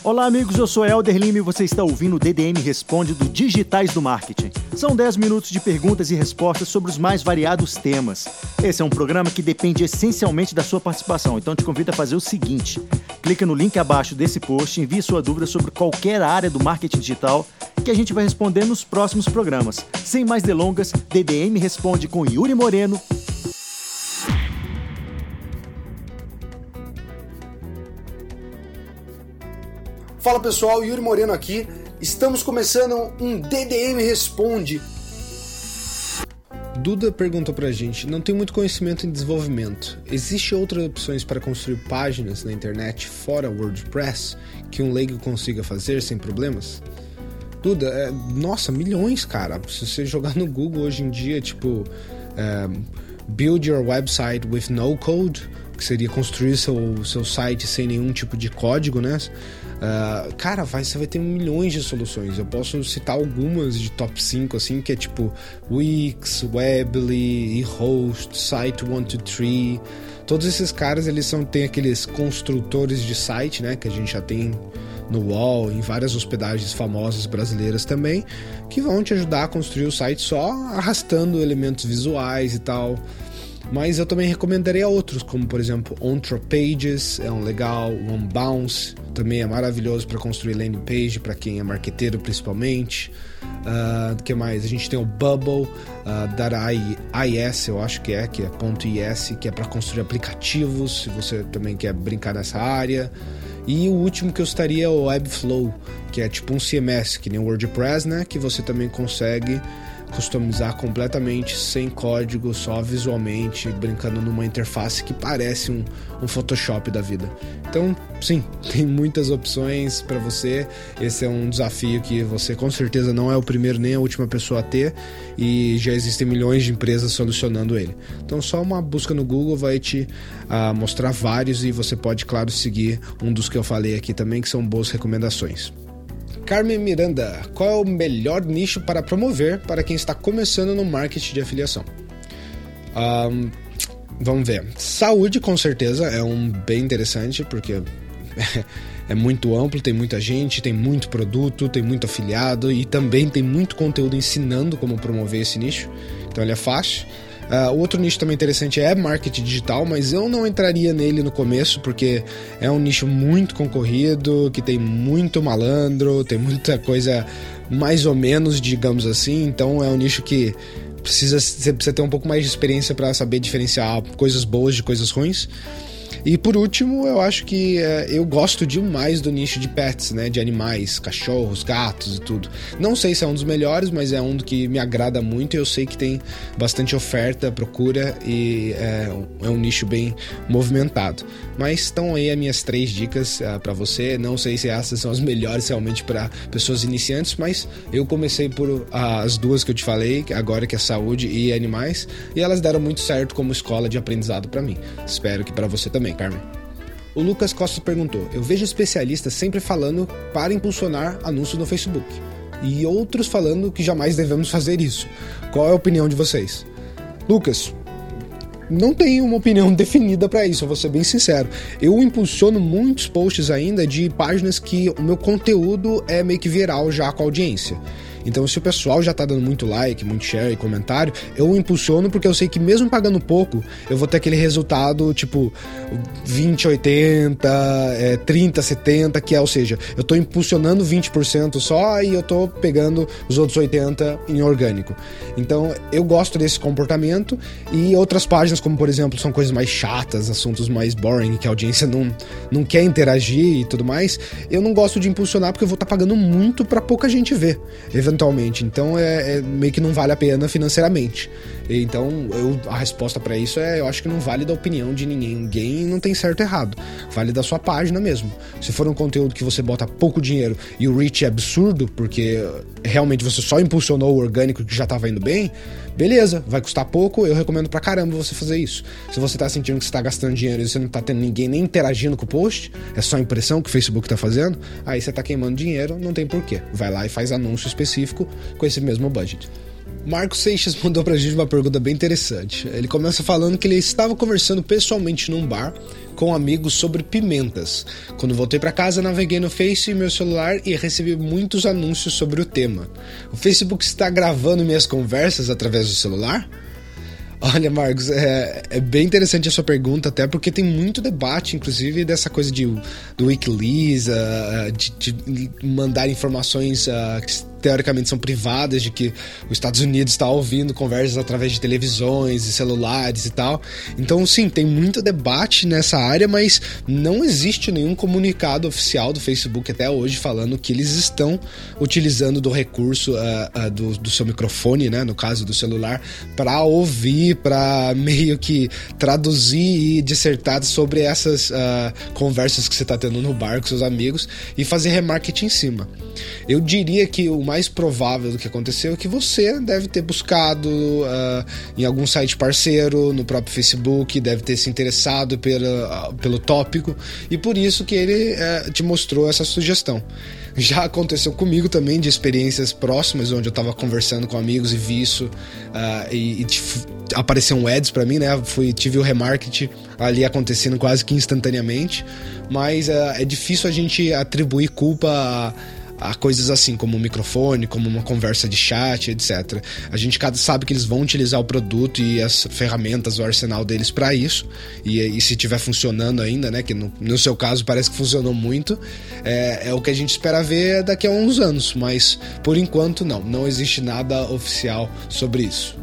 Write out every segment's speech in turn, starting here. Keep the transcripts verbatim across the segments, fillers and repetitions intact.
Olá amigos, eu sou Helder Lima e você está ouvindo o D D M Responde do Digitais do Marketing. São dez minutos de perguntas e respostas sobre os mais variados temas. Esse é um programa que depende essencialmente da sua participação, então te convido a fazer o seguinte: clica no link abaixo desse post, envie sua dúvida sobre qualquer área do marketing digital que a gente vai responder nos próximos programas. Sem mais delongas, D D M Responde com Yuri Moreno. Fala pessoal, Yuri Moreno aqui. Estamos começando um D D M Responde. Duda perguntou pra gente: não tem muito conhecimento em desenvolvimento. Existem outras opções para construir páginas na internet fora WordPress que um leigo consiga fazer sem problemas? Duda, é, nossa, milhões, cara. Se você jogar no Google hoje em dia, tipo, é, build your website with no code, que seria construir seu, seu site sem nenhum tipo de código, né? Uh, cara, vai, você vai ter milhões de soluções. Eu posso citar algumas de top cinco, assim, que é tipo Wix, Weebly, eHost, Site um dois três. Todos esses caras, eles são, tem aqueles construtores de site, né, que a gente já tem no U O L, em várias hospedagens famosas brasileiras também, que vão te ajudar a construir o site só arrastando elementos visuais e tal. Mas eu também recomendaria outros, como por exemplo OnTroPages, é um legal, o Unbounce também é maravilhoso para construir landing page, para quem é marqueteiro principalmente. Uh, que mais? A gente tem o Bubble, uh, .is, eu acho que é, que é .is, que é para construir aplicativos, se você também quer brincar nessa área. E o último que eu citaria é o Webflow, que é tipo um C M S, que nem o WordPress, né? Que você também consegue customizar completamente, sem código, só visualmente, brincando numa interface que parece um, um Photoshop da vida. Então, sim, tem muitas opções para você. Esse é um desafio que você com certeza não é o primeiro nem a última pessoa a ter, e já existem milhões de empresas solucionando ele. Então, só uma busca no Google vai te uh, mostrar vários, e você pode, claro, seguir um dos que eu falei aqui também, que são boas recomendações. Carmen Miranda: qual é o melhor nicho para promover para quem está começando no marketing de afiliação? Um, vamos ver. Saúde, com certeza, é um bem interessante, porque é muito amplo, tem muita gente, tem muito produto, tem muito afiliado e também tem muito conteúdo ensinando como promover esse nicho. Então ele é fácil. Uh, outro nicho também interessante é marketing digital, mas eu não entraria nele no começo, porque é um nicho muito concorrido, que tem muito malandro, tem muita coisa mais ou menos, digamos assim. Então é um nicho que precisa, você precisa ter um pouco mais de experiência para saber diferenciar coisas boas de coisas ruins. E por último, eu acho que é, eu gosto demais do nicho de pets, né, de animais, cachorros, gatos e tudo. Não sei se é um dos melhores, mas é um que me agrada muito, e eu sei que tem bastante oferta, procura, e é, é um nicho bem movimentado. Mas estão aí as minhas três dicas uh, para você. Não sei se essas são as melhores realmente para pessoas iniciantes, mas eu comecei por uh, as duas que eu te falei agora, que é saúde e animais, e elas deram muito certo como escola de aprendizado para mim. Espero que para você também, Carmen. O Lucas Costa perguntou: eu vejo especialistas sempre falando para impulsionar anúncios no Facebook, e outros falando que jamais devemos fazer isso. Qual é a opinião de vocês? Lucas, não tenho uma opinião definida para isso, eu vou ser bem sincero. Eu impulsiono muitos posts ainda de páginas que o meu conteúdo é meio que viral já com a audiência. Então, se o pessoal já tá dando muito like, muito share e comentário, eu impulsiono, porque eu sei que mesmo pagando pouco, eu vou ter aquele resultado tipo vinte, oitenta, é, trinta, setenta, que é, ou seja, eu tô impulsionando vinte por cento só e eu tô pegando os outros oitenta em orgânico. Então, eu gosto desse comportamento. E outras páginas, como por exemplo, são coisas mais chatas, assuntos mais boring, que a audiência não, não quer interagir e tudo mais, eu não gosto de impulsionar, porque eu vou estar tá pagando muito pra pouca gente ver, eventualmente. Então é, é meio que não vale a pena financeiramente. Então eu, a resposta para isso é: eu acho que não vale da opinião de ninguém. Ninguém não tem certo e errado, vale da sua página mesmo. Se for um conteúdo que você bota pouco dinheiro e o reach é absurdo, porque realmente você só impulsionou o orgânico que já estava indo bem, beleza, vai custar pouco, eu recomendo pra caramba você fazer isso. Se você tá sentindo que você tá gastando dinheiro e você não tá tendo ninguém nem interagindo com o post, é só impressão que o Facebook tá fazendo, aí você tá queimando dinheiro, não tem porquê. Vai lá e faz anúncio específico com esse mesmo budget. Marcos Seixas mandou pra gente uma pergunta bem interessante. Ele começa falando que ele estava conversando pessoalmente num bar com amigos sobre pimentas. Quando voltei para casa, naveguei no Face e meu celular e recebi muitos anúncios sobre o tema. O Facebook está gravando minhas conversas através do celular? Olha, Marcos, é, é bem interessante a sua pergunta, até porque tem muito debate, inclusive, dessa coisa de, do Wikileaks, uh, de, de mandar informações uh, que teoricamente são privadas, de que os Estados Unidos está ouvindo conversas através de televisões e celulares e tal. Então, sim, tem muito debate nessa área, mas não existe nenhum comunicado oficial do Facebook até hoje falando que eles estão utilizando do recurso uh, uh, do, do seu microfone, né, no caso do celular, para ouvir, para meio que traduzir e dissertar sobre essas uh, conversas que você está tendo no bar com seus amigos e fazer remarketing em cima. Eu diria que o mais provável do que aconteceu é que você deve ter buscado uh, em algum site parceiro, no próprio Facebook, deve ter se interessado pela, uh, pelo tópico e por isso que ele uh, te mostrou essa sugestão. Já aconteceu comigo também de experiências próximas, onde eu estava conversando com amigos e vi isso uh, e, e apareceu um ads para mim, né? Fui, tive o remarketing ali acontecendo quase que instantaneamente, mas uh, é difícil a gente atribuir culpa a a coisas assim, como um microfone, como uma conversa de chat, etcétera. A gente sabe que eles vão utilizar o produto e as ferramentas, o arsenal deles para isso, e, e se estiver funcionando ainda, né, que no, no seu caso parece que funcionou muito, é, é o que a gente espera ver daqui a uns anos, mas por enquanto não, não existe nada oficial sobre isso.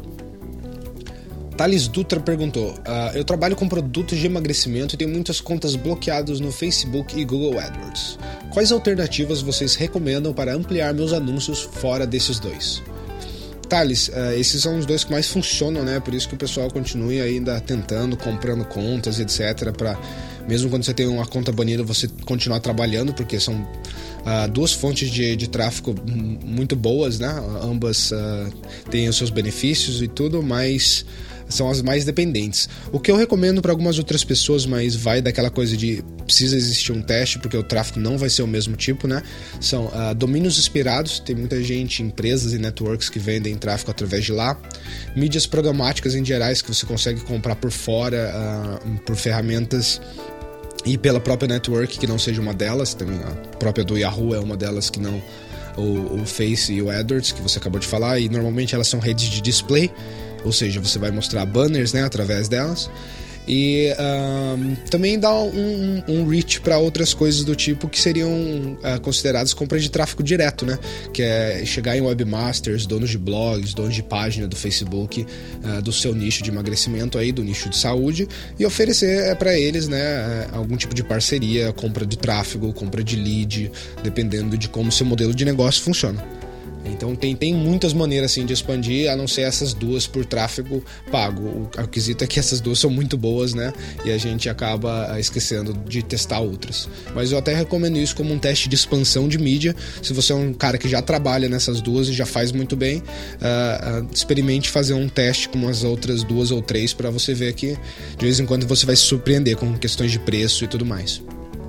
Thales Dutra perguntou, uh, eu trabalho com produtos de emagrecimento e tenho muitas contas bloqueadas no Facebook e Google AdWords. Quais alternativas vocês recomendam para ampliar meus anúncios fora desses dois? Thales, uh, esses são os dois que mais funcionam, né? Por isso que o pessoal continue ainda tentando, comprando contas, etcétera. Para mesmo quando você tem uma conta banida, você continuar trabalhando, porque são uh, duas fontes de, de tráfego muito boas, né? Ambas uh, têm os seus benefícios e tudo, mas são as mais dependentes. O que eu recomendo para algumas outras pessoas, mas vai daquela coisa de precisa existir um teste, porque o tráfego não vai ser o mesmo tipo, né? São uh, domínios inspirados, tem muita gente, empresas e networks que vendem tráfego através de lá. Mídias programáticas em gerais que você consegue comprar por fora, uh, por ferramentas e pela própria network, que não seja uma delas. Também a própria do Yahoo é uma delas, que não o, o Face e o AdWords, que você acabou de falar, e normalmente elas são redes de display, ou seja, você vai mostrar banners, né, através delas. E um, também dá um, um reach para outras coisas do tipo que seriam uh, consideradas compras de tráfego direto, né? Que é chegar em webmasters, donos de blogs, donos de página do Facebook, uh, do seu nicho de emagrecimento aí, do nicho de saúde, e oferecer para eles, né, algum tipo de parceria, compra de tráfego, compra de lead, dependendo de como o seu modelo de negócio funciona. Então tem, tem muitas maneiras assim de expandir, a não ser essas duas por tráfego pago. O, o quesito é que essas duas são muito boas, né? E a gente acaba esquecendo de testar outras. Mas eu até recomendo isso como um teste de expansão de mídia. Se você é um cara que já trabalha nessas duas e já faz muito bem, uh, uh, experimente fazer um teste com as outras duas ou três para você ver que de vez em quando você vai se surpreender com questões de preço e tudo mais.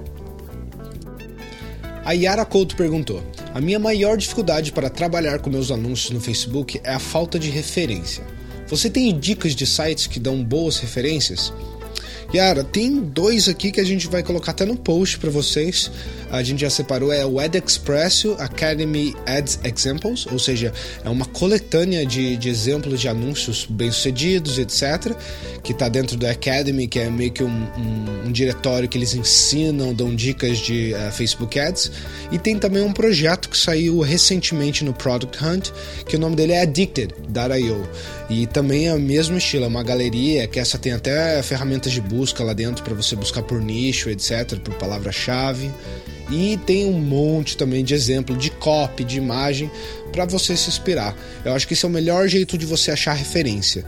A Yara Couto perguntou: a minha maior dificuldade para trabalhar com meus anúncios no Facebook é a falta de referência. Você tem dicas de sites que dão boas referências? Yara, tem dois aqui que a gente vai colocar até no post para vocês. A gente já separou, é o AdExpresso Academy Ads Examples, ou seja, é uma coletânea de, de exemplos de anúncios bem-sucedidos, etcétera, que está dentro do Academy, que é meio que um, um, um diretório que eles ensinam, dão dicas de uh, Facebook Ads. E tem também um projeto que saiu recentemente no Product Hunt, que o nome dele é Addicted ponto i o. E também é o mesmo estilo, é uma galeria que essa tem até ferramentas de busca lá dentro para você buscar por nicho, etcétera, por palavra-chave. E tem um monte também de exemplo de copy, de imagem, para você se inspirar. Eu acho que esse é o melhor jeito de você achar referência.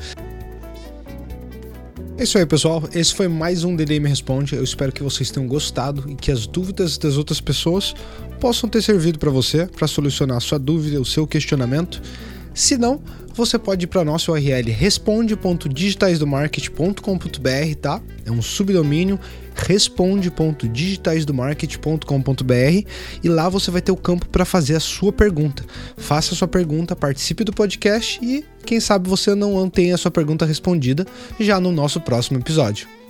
É isso aí, pessoal. Esse foi mais um D D M Responde. Eu espero que vocês tenham gostado e que as dúvidas das outras pessoas possam ter servido para você, para solucionar a sua dúvida, o seu questionamento. Se não, você pode ir para a nossa U R L responde ponto digitais do marketing ponto com ponto b r, tá? É um subdomínio, responde ponto digitais do marketing ponto com ponto b r, e lá você vai ter o campo para fazer a sua pergunta. Faça a sua pergunta, participe do podcast e quem sabe você não tenha a sua pergunta respondida já no nosso próximo episódio.